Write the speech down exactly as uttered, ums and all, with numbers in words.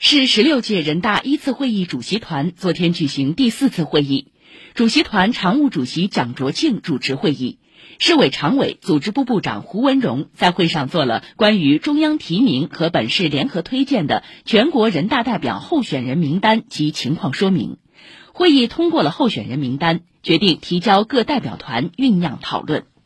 市十六届人大一次会议主席团昨天举行第四次会议，主席团常务主席蒋卓庆主持会议，市委常委、组织部部长胡文荣在会上做了关于中央提名和本市联合推荐的全国人大代表候选人名单及情况说明。会议通过了候选人名单，决定提交各代表团酝酿讨论。